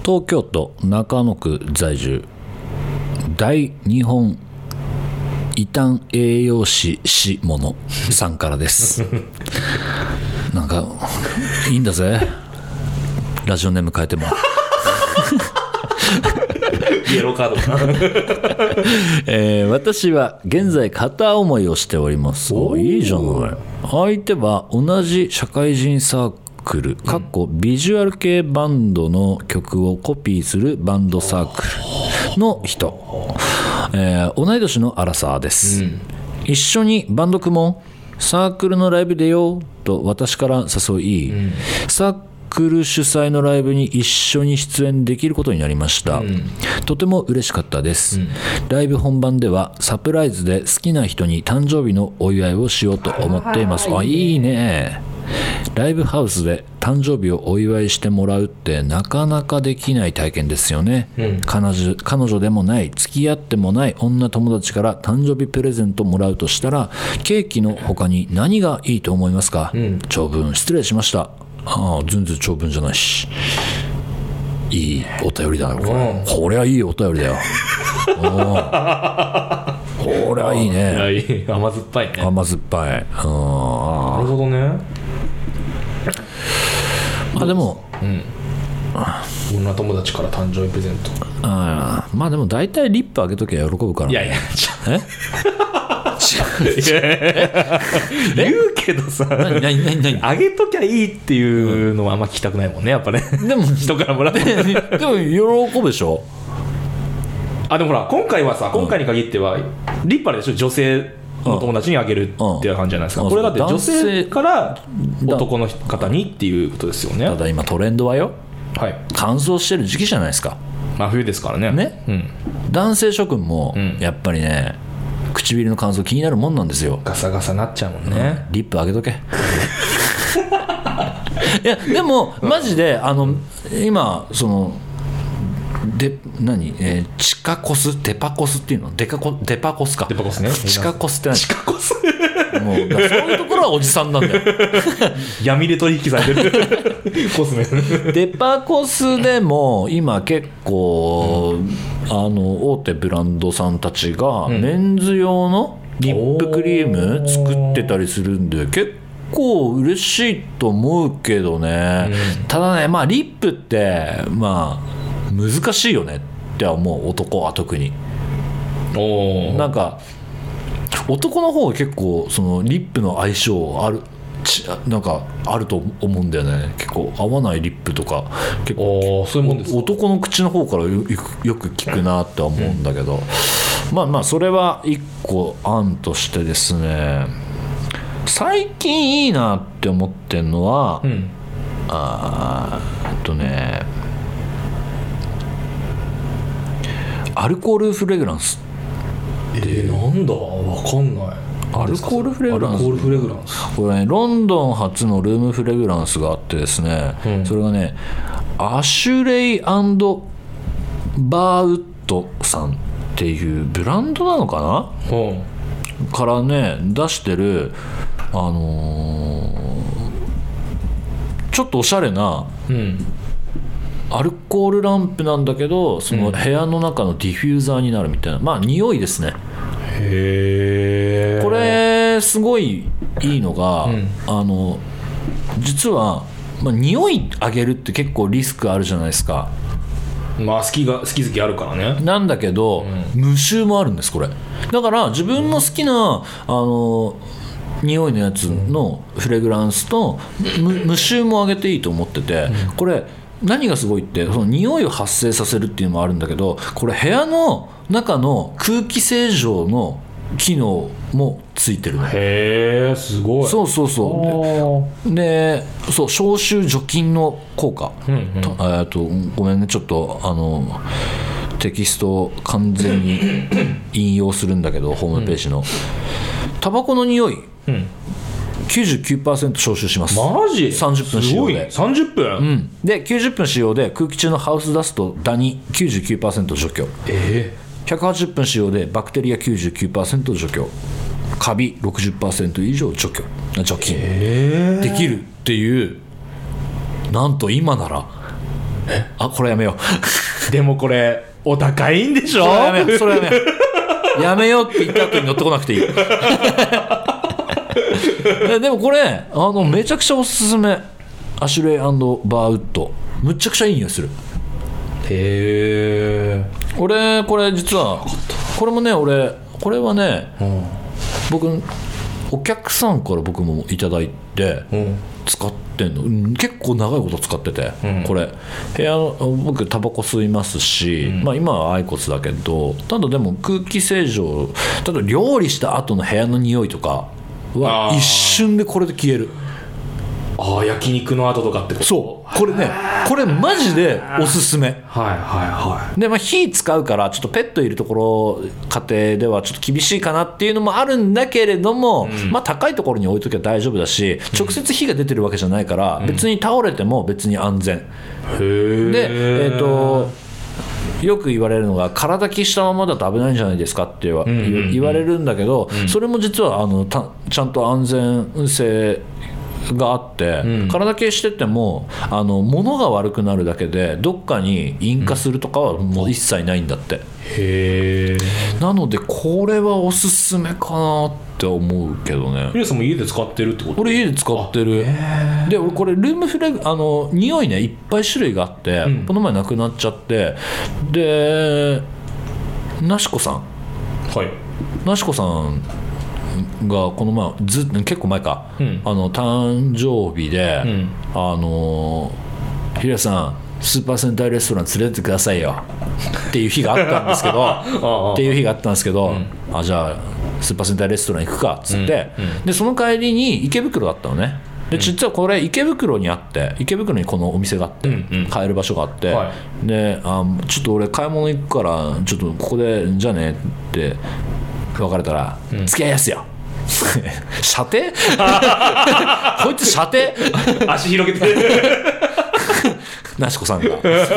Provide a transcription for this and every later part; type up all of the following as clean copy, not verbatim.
東京都中野区在住大日本異端栄養士しものさんからですなんかいいんだぜラジオネーム変えてもイエローカード私は現在片思いをしております。いいじゃない。相手は同じ社会人サークルビジュアル系バンドの曲をコピーするバンドサークルの人、同い年のアラサーです、一緒にバンド組もう、サークルのライブ出ようと私から誘い、サークル主催のライブに一緒に出演できることになりました、とても嬉しかったです、ライブ本番ではサプライズで好きな人に誕生日のお祝いをしようと思っています。いいね。ライブハウスで誕生日をお祝いしてもらうってなかなかできない体験ですよね、彼女でもない付き合ってもない女友達から誕生日プレゼントもらうとしたらケーキの他に何がいいと思いますか、長文失礼しました。全然長文じゃないしいいお便りだよこれはいいお便りだよこれはいいね。 甘酸っぱいね。 甘酸っぱい。なるほどね。 でも、 女友達から誕生日プレゼント。 でも大体リップあげときゃ喜ぶから、ね、 いや言うけどさ、 何あげときゃいいっていうのはあんま聞きたくないもんね、やっぱね。 でも人からもらってでも喜ぶでしょ。 でもほら今回に限ってはリップあれでしょ、女性の友達にあげるっていう感じじゃないですか、これだって女性から男の方にっていうことですよね。 ただ今トレンドはよ、乾燥してる時期じゃないですか。 冬ですからね。 男性諸君もやっぱりね、唇の乾燥気になるもんなんですよ。 ガサガサなっちゃうもんね、 リップあげとけいやでもマジで今そのでチカコスデパコスっていうのデパコスかデパコスね。 チカコスって何？ チカコスもうそういうところはおじさんなんだよ闇で取引されてるコスメデパコスでも今結構、大手ブランドさんたちがメンズ用のリップクリーム作ってたりするんで結構嬉しいと思うけどね、ただねリップって難しいよねって思う。男は特になんか男の方が結構そのリップの相性なんかあると思うんだよね。結構合わないリップとか結構そういうもんですか。 男の口の方からよく聞くなって思うんだけど、それは一個案としてですね、最近いいなって思ってんのは、アルコールフレグランス。 なんだわかんない。 アルコールフレグランスこれね、ロンドン発のルームフレグランスがあってですね、それがねアシュレイ&バーウッドさんっていうブランドなのかな、からね出してるちょっとおしゃれな、アルコールランプなんだけどその部屋の中のディフューザーになるみたいな、匂いですね。 へー。 これすごいいいのが、実は、匂いあげるって結構リスクあるじゃないですか。 好き好きあるからね。 なんだけど、無臭もあるんですこれ。だから自分の好きな匂いのやつのフレグランスと無臭もあげていいと思ってて、これ何がすごいってその匂いを発生させるっていうのもあるんだけど、これ部屋の中の空気清浄の機能もついてるの。 へー、すごい。 そうで消臭除菌の効果、ごめんねちょっとテキストを完全に引用するんだけどホームページの、タバコの匂い、99% 消臭します。 マジ ？30分使用で。 30分？ で90分使用で空気中のハウスダストダニ 99% 除去。180分使用でバクテリア 99% 除去、カビ 60% 以上除菌できるっていう。なんと今ならあ、これやめようでもこれお高いんでしょ。 それやめよう、それやめようやめようって言った後に乗ってこなくていいでもこれめちゃくちゃおすすめ。アシュレイ&バーウッド、むちゃくちゃいい匂いする。 へえ。 俺これ実はこれもね、俺これはね、僕お客さんから僕もいただいて使ってんの、結構長いこと使ってて、これ部屋僕タバコ吸いますし、まあ今はアイコスだけど、ただでも空気清浄、ただ料理した後の部屋の匂いとかは一瞬でこれで消える。 ああ、焼肉の後とかってこと。 そうこれね、これマジでおすすめ。 はいはいはい。 で、まあ、火使うからちょっとペットいるところ家庭ではちょっと厳しいかなっていうのもあるんだけれども、まあ、高いところに置いときゃ大丈夫だし、直接火が出てるわけじゃないから、別に倒れても別に安全。でよく言われるのが、空炊きしたままだと危ないんじゃないですかって言われるんだけど、それも実はちゃんと安全性があって、体系してても物が悪くなるだけでどっかに引火するとかはもう一切ないんだって。 へえ。 なのでこれはおすすめかなって思うけどね。 ヒデさんも家で使ってるってこと？ 俺家で使ってる。で俺これルームフレグ匂いね、いっぱい種類があって、この前なくなっちゃって、でなしこさん、なしこさんがこの前結構前か、誕生日で、ヒデさんスーパー戦隊レストラン連れてってくださいよっていう日があったんですけどっていう日があったんですけど、じゃあスーパー戦隊レストラン行くかっつって、でその帰りに池袋だったのね。で実はこれ池袋にあって、池袋にこのお店があって、買える場所があって、でちょっと俺買い物行くからちょっとここでじゃあねって別れたら、付き合いやすよ射程こいつ射程足広げてなしこさんが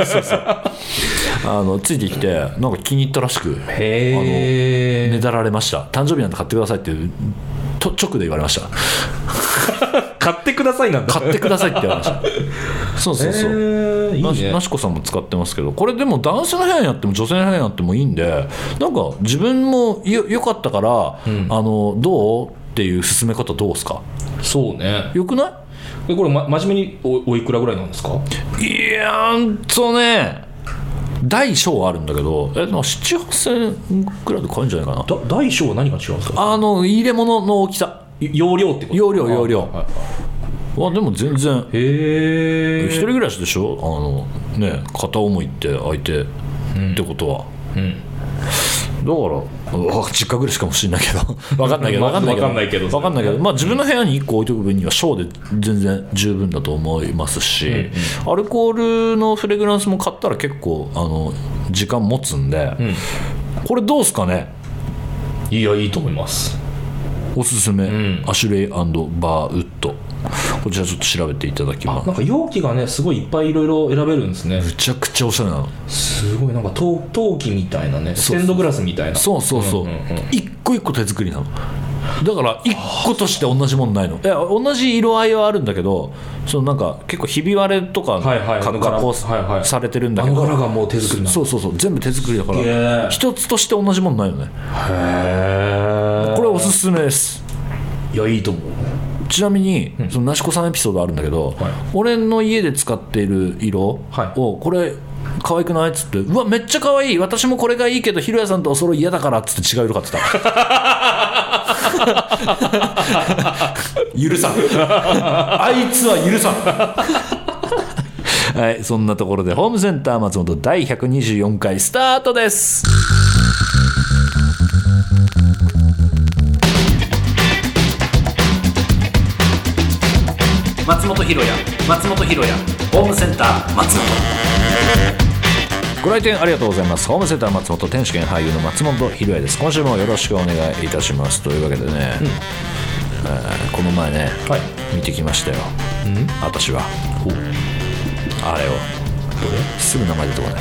そうついてきてなんか気に入ったらしく、ねだられました。誕生日なんて買ってくださいって直で言われました買ってくださいなんだ。 買ってくださいって言われましたそうそうそう、いいね。なしこさんも使ってますけど、これでも男性の部屋にあっても女性の部屋にあってもいいんで、なんか自分もよかったから、どうっていう進め方どうですか？ そうね、 よくない？ これ、真面目に おいくらぐらいなんですか？ いやね、大小あるんだけど、7、8000円くらいで買えるんじゃないかな。 大小は何が違うんですか？ 入れ物の大きさ、 容量ってこと？容量でも全然。 へえ。 一人暮らしでしょ、片思いって相手ってことは、だから実家暮らしかもしれないけど分かんないけど、まあ自分の部屋に1個置いとく分には小で全然十分だと思いますし、アルコールのフレグランスも買ったら結構時間持つんで、これどうすかね？ いや、いいと思います。 おすすめ、アシュレイ&バーウッド、こちらちょっと調べていただきます。 なんか容器がね、すごいいっぱいいろいろ選べるんですね。 むちゃくちゃおしゃれなの。 すごいなんか陶器みたいなね、ステンドグラスみたいな。 そう、一個一個手作りなの。だから一個として同じものないの。いや、同じ色合いはあるんだけど、なんか結構ひび割れとか加工されてるんだけど、 柄がもう手作りなの。 そう全部手作りだから一つとして同じものないよね。 へえ。これおすすめです。 いや、いいと思う。 ちなみに、そのなしこさんエピソードあるんだけど、俺の家で使っている色を、これ可愛くないっつって、うわめっちゃ可愛い、私もこれがいいけどひろやさんとお揃い嫌だからっつって違う色買ってた許さんあいつは許さんはい、そんなところでホームセンター松本第124回スタートです。松本ひろやホームセンター松本。ご来店ありがとうございます。ホームセンター松本天主兼俳優の松本ひろやです。今週もよろしくお願いいたします。というわけでね、この前ね、見てきましたよ、私はあれをすぐ名前出てこない。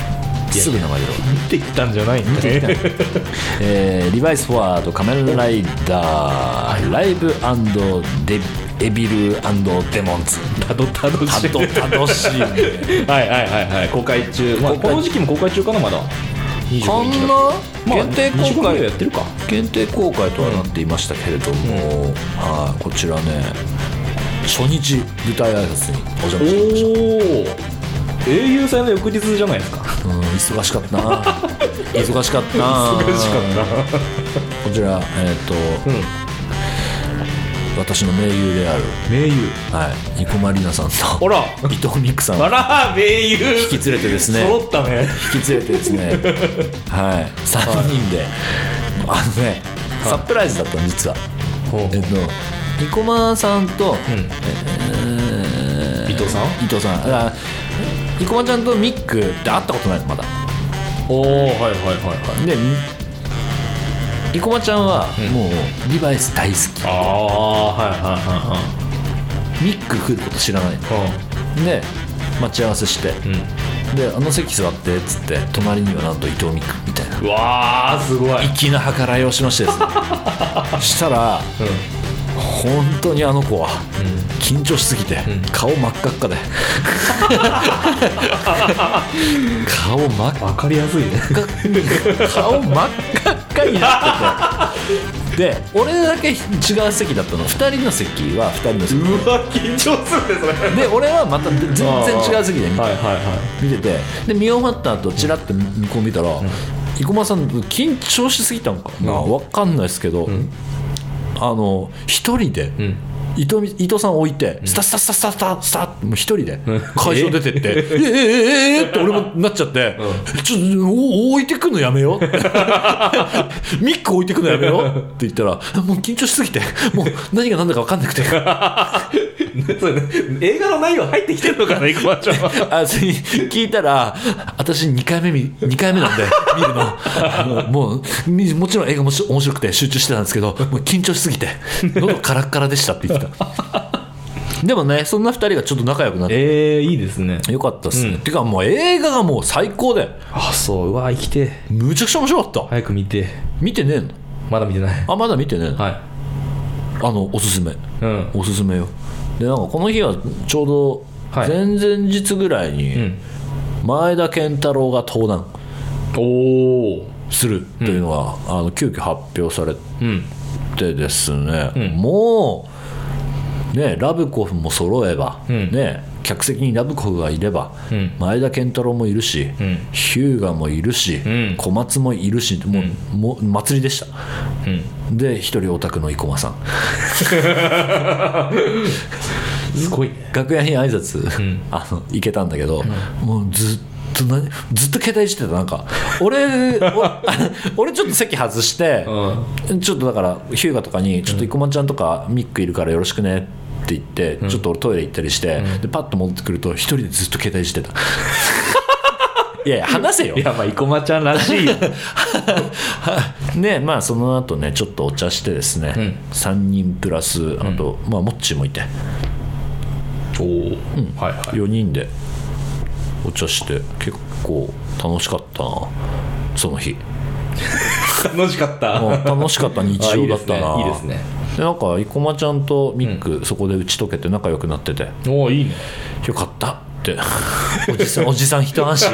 すぐ名前出てこない。 見てきたんじゃないんだねリバイスフォワード仮面ライダーライブ&デエビル&デモンズたどししいはい公開中、まあ、この時期も公開中かなまだこ 25日んな限定公 2週間ぐらい開やってるか。 限定公開とはなっていましたけれども、はい、こちらね初日舞台挨拶にお邪魔してきました。 おお英雄祭の翌日じゃないですか。 忙しかったな忙しかったなこちら私の盟友である盟友生駒里奈さんとあら伊藤美久さんをあら盟友引き連れてですね揃ったね引き連れてですねはい3人でサプライズだったの実は生駒さんと伊藤さん生駒ちゃんとミックって会ったことないのまだ。 おおはいで生駒ちゃんはもうリバイス大好き、 ああはいミック来ること知らないので待ち合わせして、で席座ってっつって隣にはなんと伊藤美久みたいなうわーすごい粋な計らいをしましてですねしたら、本当にあの子は緊張しすぎて、顔真っ赤っかで顔真っ赤分かりやすいね顔真っ赤っかになっててで俺だけ違う席だったの。2人の席は2人の席うわ緊張するねそれで俺はまた全然違う席で見ててで見終わった後チラッと向こう見たら、生駒さん緊張しすぎたのかな、分かんないですけど、一人で、伊藤さん置いてスタッもう一人で会場出てってって俺もなっちゃって、ちょっと置いてくのやめようってミック置いてくのやめようって言ったらもう緊張しすぎてもう何が何だか分かんなくてそうね、映画の内容入ってきてるのかな生駒ちゃんは聞いたら私2回目なんで見るのもちろん映画も面白くて集中してたんですけどもう緊張しすぎて喉カラッカラでしたって言ってたでもねそんな2人がちょっと仲良くなっていいですねよかったっすね、てかもう映画がもう最高でうわ生きてむちゃくちゃ面白かった。 早く見て見てねえのまだ見てないまだ見てねえの、おすすめ、おすすめよ。でなんかこの日はちょうど前々日ぐらいに前田健太郎が登壇するというのが、急遽発表されてですね、もうねラブコフも揃えば、ね客席にラブコフがいれば、前田健太郎もいるし、ヒューガもいるし、小松もいるし、もう祭りでした、で一人オタクの生駒さんすごいね。 楽屋に挨拶、行けたんだけど、もうずっと携帯いじってた。なんか俺ちょっと席外して、ちょっとだからヒューガとかにちょっと生駒ちゃんとかミックいるからよろしくねって言って、ちょっと俺トイレ行ったりして、でパッと戻ってくると一人でずっと携帯いじってたいや話せよ。 いや生駒ちゃんらしいよでまあその後ねちょっとお茶してですね、3人プラスあと、モッチーもいて4人でお茶して結構楽しかったなその日楽しかった楽しかった日曜だったな。 いいですね。 でなんか生駒ちゃんとミック、そこで打ち解けて仲良くなってていいねよかったっておじさん一安心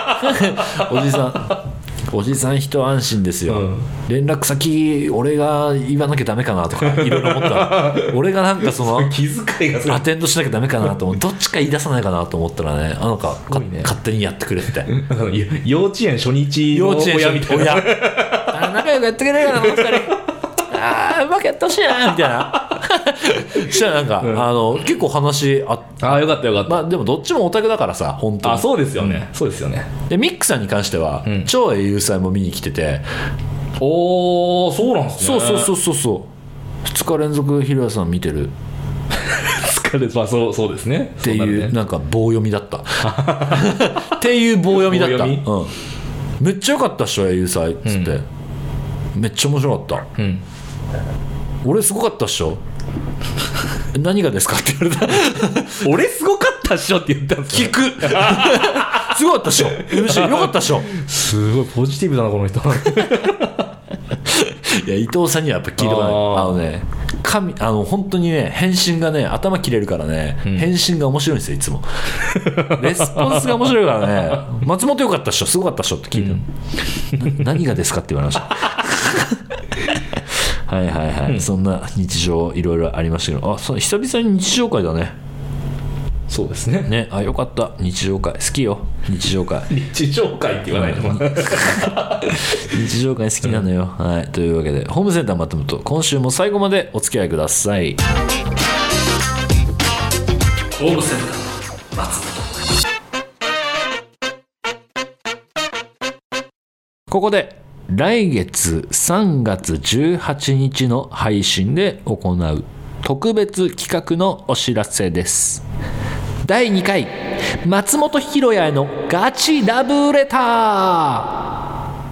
おじさん一安心ですよ、連絡先俺が言わなきゃダメかなとかいろいろ思ったら俺がなんかその気遣いがするアテンドしなきゃダメかなと思うどっちか言い出さないかなと思ったらねなんか勝手にやってくれてて幼稚園初日の親みたいな仲良くやってくれるかなこの2人うまくやってほしいなみたいなしたらなんか、結構話よかったよかった、でもどっちもオタクだからさ本当にそうですよね、そうですよね。 でミックさんに関しては、超英雄祭も見に来ててそうなんですね。 そう2日連続ひろやさん見てるそうですねっていうなんか棒読みだったっていう棒読みだった、めっちゃ良かったっしょ英雄祭っつって、めっちゃ面白かった、俺すごかったっしょ何がですかって言われた俺すごかったっしょって言ったんです聞くすごかったっしょ MC よかったっしょすごいポジティブだなこの人いや伊藤さんにはやっぱ聞いてこない本当にね返信がね頭切れるからね、返信が面白いんですよいつもレスポンスが面白いからね松本よかったっしょすごかったっしょって聞いても、何がですかって言われましたはいはいはい、そんな日常いろいろありましたけど、そう久々に日常会だね。 そうですね。 よかった日常会好きよ日常会日常会って言わないの日常会好きなのよ、はい、というわけでホームセンター松本今週も最後までお付き合いください。ホームセンター松本、ここで来月3月18日の配信で行う特別企画のお知らせです。第2回松本ひろやへのガチラブレター。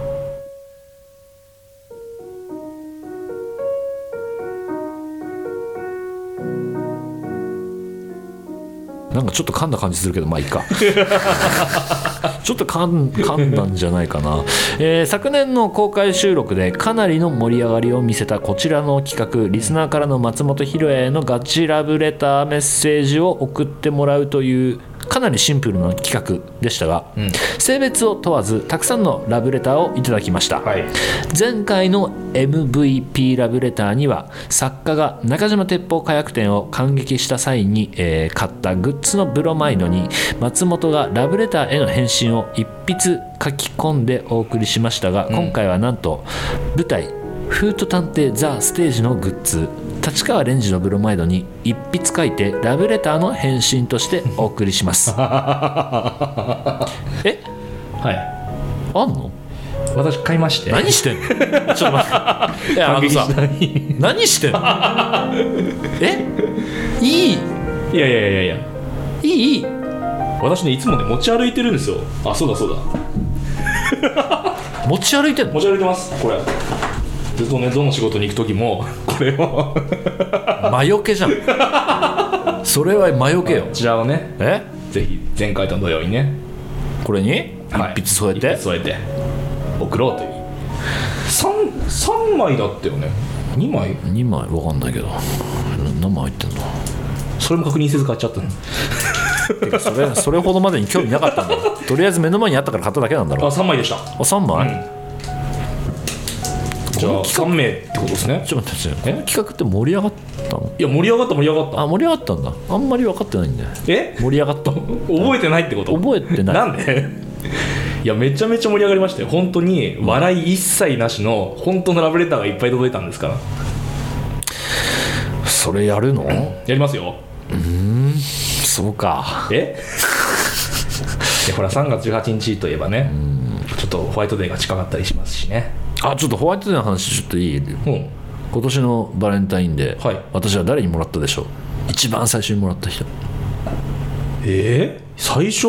なんかちょっと噛んだ感じするけどまあいいかちょっと噛んだんじゃないかな、昨年の公開収録でかなりの盛り上がりを見せたこちらの企画、リスナーからの松本ひろやへのガチラブレターメッセージを送ってもらうというかなりシンプルな企画でしたが、性別を問わずたくさんのラブレターをいただきました、前回の MVP ラブレターには作家が中島鉄砲火薬店を感激した際に、買ったグッズのブロマイドに松本がラブレターへの返信を一筆書き込んでお送りしましたが、今回はなんと舞台フート探偵ザ・ステージのグッズ立川レンジのブロマイドに一筆書いてラブレターの返信としてお送りしますはいあんの？ 私買いまして。 何してんの？ちょっと待って。いや何してんの？いい？いやいい？ 私ねいつもね持ち歩いてるんですよ。そうだ持ち歩いてんの？ 持ち歩いてますこれ。ずっとねどの仕事に行く時もこれを魔除けじゃんそれは魔除けよ。 こちらをねぜひ前回と同様にねこれに一筆添えて、 送ろうという 3枚だったよね。2枚分かんないけど何枚入ってんの？ それも確認せず買っちゃったのてかそれほどまでに興味なかったんだとりあえず目の前にあったから買っただけなんだろう。 3枚でした。 3枚、 じゃあ3名ってことですね。 ちょっと待って、この企画って盛り上がったの？ いや盛り上がった盛り上がったんだ。あんまり分かってないんだよ。盛り上がった覚えてないってこと？ 覚えてない。 なんでいやめちゃめちゃ盛り上がりましたよ。本当に笑い一切なしの本当のラブレターがいっぱい届いたんですから。 それやるの？ やりますよ。 そうか。 ほら3月18日といえばね、ちょっとホワイトデーが近かったりしますしね。 ちょっとホワイトデーの話ちょっといい？今年のバレンタインデー、私は誰にもらったでしょう？一番最初にもらった人。 最初？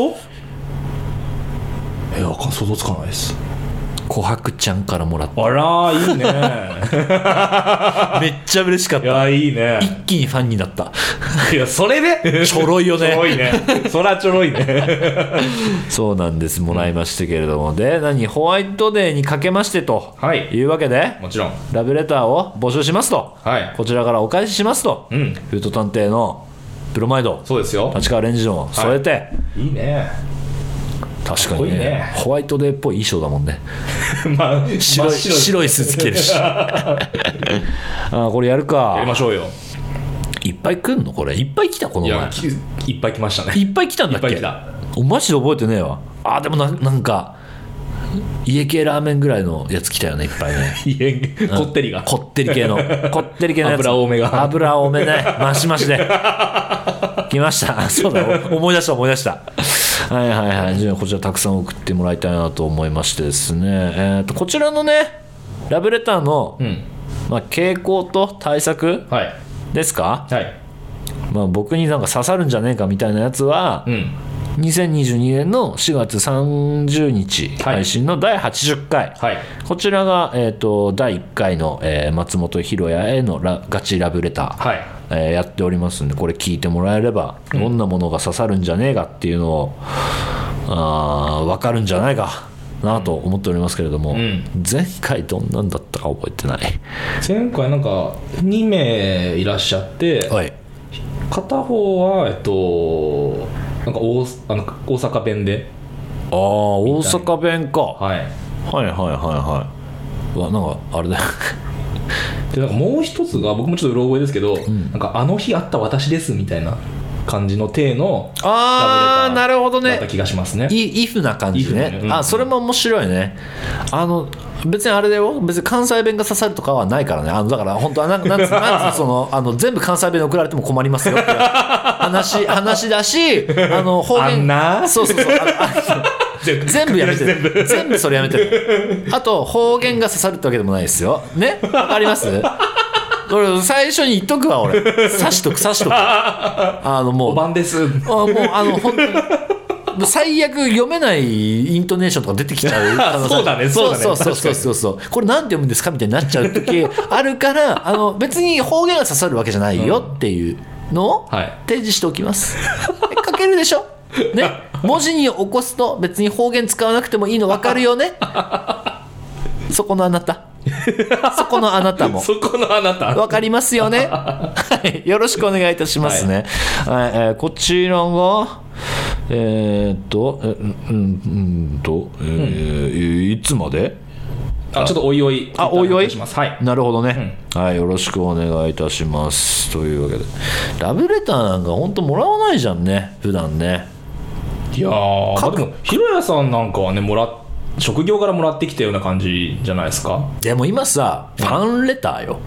想像つかないです。 琥珀ちゃんからもらった。 あらいいねめっちゃ嬉しかった。 いやいいね。 一気にファンになった。 いやそれでちょろいよね。 ちょろいねそらちょろいねそうなんです。もらいましたけれども、でホワイトデーにかけましてというわけで、 もちろんラブレターを募集しますと、こちらからお返ししますと、フード探偵のブロマイド、 そうですよ、 立川レンジの添えて、 いいね。 確かにね、ホワイトデーっぽい衣装だもんね白いスーツ着てるしこれやるか。 やりましょうよ。 いっぱい来んのこれ？いっぱい来たこの前。 いっぱい来ましたね。 いっぱい来たんだっけ？いっぱい来た。マジで覚えてねえわ。でもなんか家系ラーメンぐらいのやつ来たよね、いっぱいね。 こってり系のやつ。油多めね、マシマシで来ましたそうだ、思い出したじゃあこちらたくさん送ってもらいたいなと思いましてですね、こちらのねラブレターの、傾向と対策ですか、僕になんか刺さるんじゃねえかみたいなやつは、2022年の4月30日配信の第80回、こちらが、第1回の、松本ひろやへのガチラブレター、やっておりますんで、これ聞いてもらえればどんなものが刺さるんじゃねえかっていうのを分かるんじゃないかなと思っておりますけれども、 うん、 前回どんなんだったか覚えてない。 前回なんか2名いらっしゃって、 はい、 片方はなんか大阪弁で、 ああ大阪弁か、 はい、 はいはいはいはい。うわなんかあれだでなんかもう一つが僕もちょっとうろ覚えですけど、なんかあの日あった私ですみたいな感じの体のああなるほどね、 だった気がしますね。 イフな感じね、 うん、 あそれも面白いね。別にあれだよ、別に関西弁が刺さるとかはないからね。だから本当はなんつ全部関西弁で送られても困りますよって話だし、方言そう全部やめてる、全部それやめてる。あと方言が刺さるってわけでもないですよね。わかります？俺最初に言っとくわ、俺刺しとくもうおばんです。 もう本当に最悪読めないイントネーションとか出てきちゃうそうだねそうこれなんて読むんですかみたいになっちゃう時あるから別に方言が刺さるわけじゃないよっていうのを提示しておきます、書けるでしょね、文字に起こすと別に方言使わなくてもいいの分かるよねそこのあなたそこのあなたもそこのあなた分かりますよねはい、よろしくお願いいたしますね、はいこちらがいつまでちょっとおいおいします。はい、 なるほどね、はい、よろしくお願いいたしますというわけでラブレターなんか本当もらわないじゃんね普段ね。 いやーでもひろやさんなんかはね職業からもらってきたような感じじゃないですか。 でも今さファンレターよ。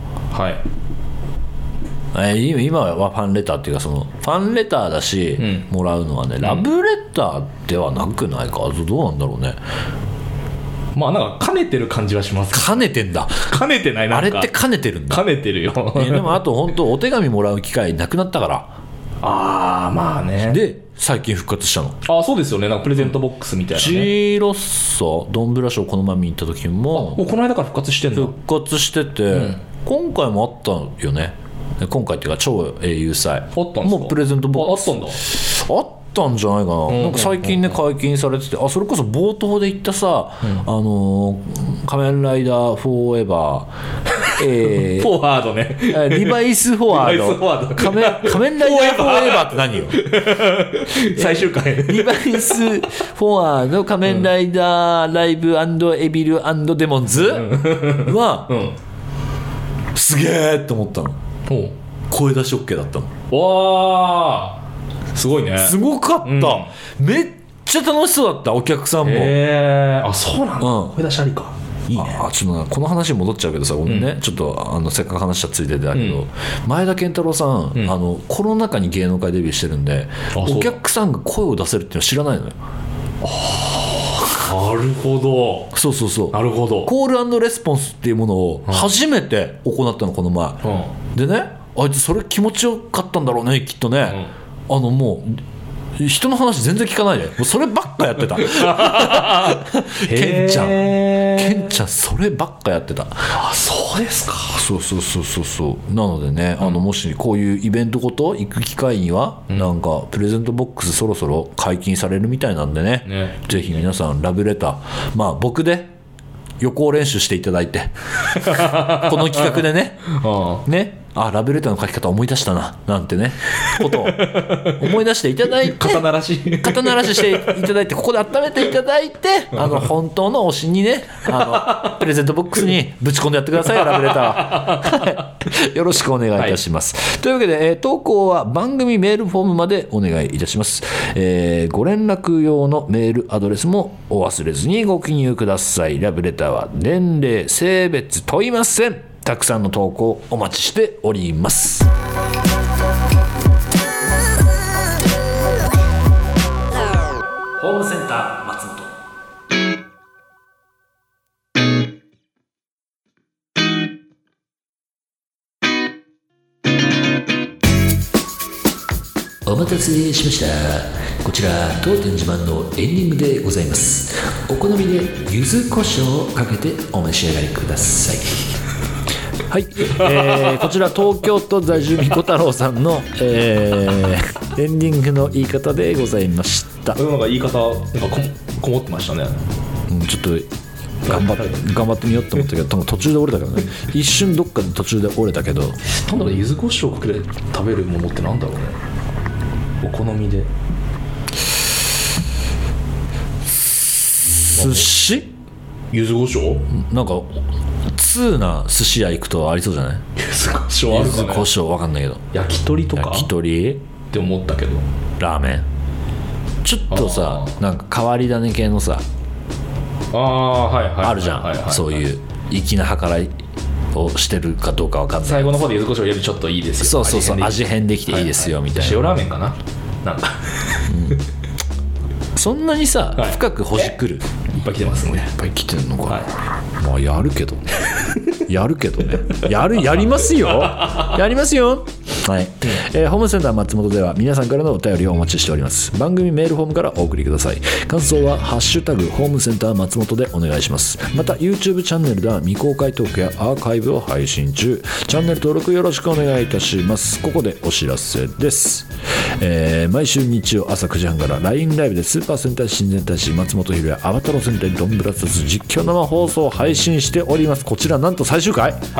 はい、 今はファンレターっていうかファンレターだし、もらうのはねラブレターではなくないか。どうなんだろうね。 まあなんか兼ねてる感じはします。 兼ねてんだ。 兼ねてないなんかあれって兼ねてるんだ。 兼ねてるよでもあと本当お手紙もらう機会なくなったから。 ああまあね。 で最近復活したの。 そうですよね。なんかプレゼントボックスみたいなね。 Gロッソドンブラショーこの前見に行った時もこの間から復活してんの。 復活してて、今回もあったよね。今回っていうか超英雄祭あったんですか。 もうプレゼントボックスあったんじゃないかな、なんか最近ね解禁されてて、それこそ冒頭で言ったさ、仮面ライダーフォーエバー、 フォワードねリバイスフォワード仮面ライダーフォーエバーって何よ最終回リバイスフォワード仮面ライダーライブ&エビル&デモンズは、すげえって思ったの。声出し OK だったの。 わーすごいね。 すごかった、めっちゃ楽しそうだったお客さんも。 そうなんだ、声出しありか。いいね。 ちょっとこの話に戻っちゃうけどさ、ごめんね、ちょっとせっかく話したついでだけど、前田健太郎さん、コロナ禍に芸能界デビューしてるんで、お客さんが声を出せるっていうのは知らないのよ。 なるほど。 そうなるほど。 コール&レスポンスっていうものを初めて行ったのこの前、でね、あいつそれ気持ちよかったんだろうねきっとね、もう人の話全然聞かないでもうそればっかやってたケンちゃんそればっかやってた。 そうですか。 そうなのでね、もしこういうイベントごと行く機会には、なんかプレゼントボックスそろそろ解禁されるみたいなんでね、ぜひ皆さんラブレター、僕で予行練習していただいてこの企画でねラブレターの書き方思い出したななんてねことを思い出していただいて肩慣らししていただいてここで温めていただいて本当の推しにねプレゼントボックスにぶち込んでやってくださいよラブレターよろしくお願いいたします、というわけで、投稿は番組メールフォームまでお願いいたします、ご連絡用のメールアドレスもお忘れずにご記入ください。ラブレターは年齢性別問いません。たくさんの投稿お待ちしております。ホームセンター松本。お待たせしました。こちら当店自慢のエンディングでございます。お好みで柚子胡椒をかけてお召し上がりください。はい、こちら東京都在住みこ太郎さんの、エンディングの言い方でございました。 なんか言い方なんかこもってましたね。 ちょっと頑張ってみようと思ったけど、多分途中で折れたからね。一瞬どっかで途中で折れたけど。 なんだろう、柚子胡椒かけて食べるものってなんだろうね。お好みで寿司、 柚子胡椒なんか通な寿司屋行くとありそうじゃない？ 柚子胡椒あるかね。 柚子胡椒わかんないけど、 焼き鳥とか焼き鳥って思ったけど、 ラーメンちょっとさ、なんか変わり種系のさ、 はいはい、 あるじゃん、 はいはいはい、 そういう粋な計らいをしてるかどうかわかんない。 最後の方で柚子胡椒入れるちょっといいですよ。 そう味変できていいですよ、みたいな。 塩ラーメンかな、なんかそんなにさ、 はい深くほじくるいっぱい来てますね。 いっぱい来てんのか、 はい、 まあやるけどねやりますよやりますよ。はい、ホームセンター松本では皆さんからのお便りをお待ちしております。番組メールフォームからお送りください。感想はハッシュタグホームセンター松本でお願いします。また YouTube チャンネルでは未公開トークやアーカイブを配信中。チャンネル登録よろしくお願いいたします。ここでお知らせです。毎週日曜朝9時半から LINE ライブでスーパー戦隊新戦隊士松本ひろやアバタロ戦隊ドンブラザーズ実況生放送を配信しております。こちらなんと最終回、 はい、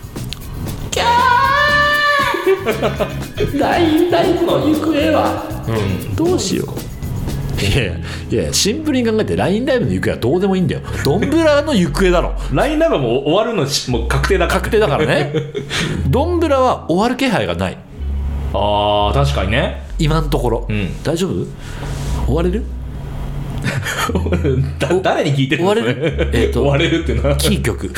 LINE ライブの行方は、どうしよう。いやシンプルに考えて LINE ライブの行方はどうでもいいんだよ。ドンブラの行方だろ。 LINE ライブはもう終わるのもう確定だからねドンブラは終わる気配がない。 あー確かにね、 今のところ、大丈夫？終われる？ 誰に聞いてるの？ 終われる？ 終われるっていうのはキー局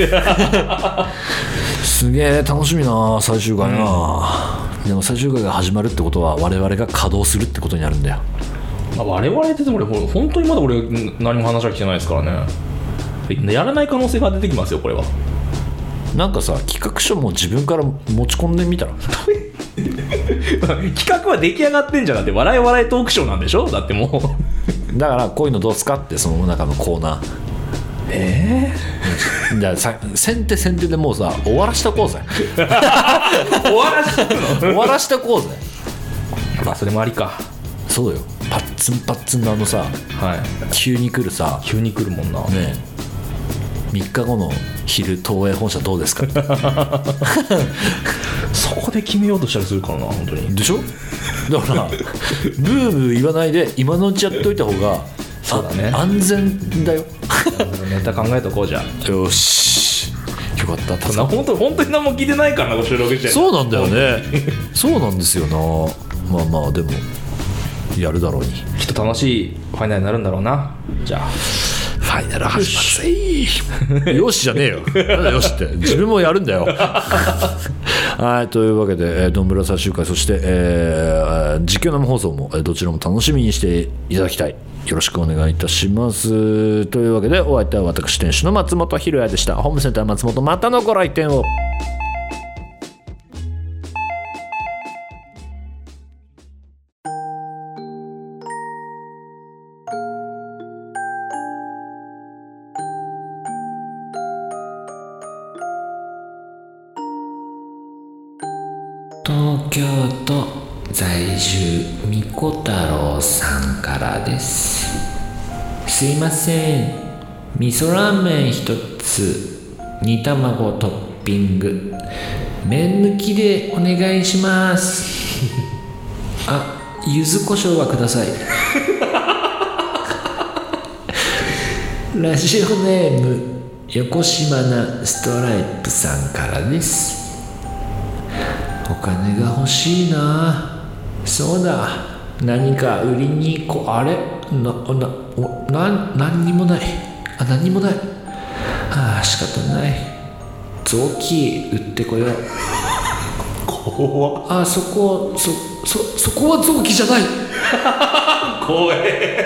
すげえ楽しみな最終回な、でも最終回が始まるってことは我々が稼働するってことになるんだよ。 我々って俺本当にまだ俺何も話は聞いてないですからね。やらない可能性が出てきますよこれは。 なんかさ企画書も自分から持ち込んでみたら企画は出来上がってんじゃなくて笑いトークショーなんでしょ。だってもうだからこういうのどうすかってその中のコーナーだから先手でもうさ終わらしたこうぜ終わらしたこうぜ。 まあそれもありか。 そうよ、パッツンののさ、 はい、 急に来るさ、 急に来るもんなね。3日後の昼東映本社どうですかそこで決めようとしたりするからな本当に。 でしょ。だからブー言わないで今のうちやっといた方がそうだね、 安全だよネタ考えとこうじゃ。 よしよかった。 本当に何も聞いてないからな収録して。 そうなんだよねそうなんですよな。まあでもやるだろうに。 きっと楽しいファイナルになるんだろうな。じゃあファイナル始まるぜよしじゃねえよなんだよしって自分もやるんだよはい、というわけでドンブラ最終回、そして、実況生放送もどちらも楽しみにしていただきたい。よろしくお願いいたします。というわけでお相手は私店主の松本ひろやでした。ホームセンター松本、またのご来店を。東京都在住みこ太郎さんからです。すいません、味噌ラーメン一つ、煮卵トッピング、麺抜きでお願いしますあ、柚子胡椒はくださいラジオネーム横島なストライプさんからです。お金が欲しいな。そうだ、何か売りに行こう。あれ何にもない。何にもない。仕方ない。臓器売ってこよう。 怖っ。 そこは臓器じゃない怖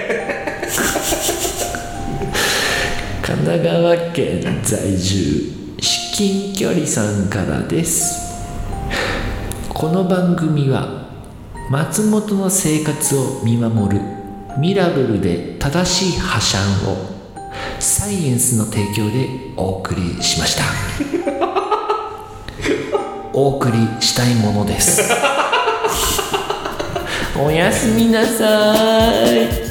神奈川県在住至近距離さんからです。この番組は松本の生活を見守るミラブルで正しい破シャンをサイエンスの提供でお送りしましたお送りしたいものですおやすみなさい。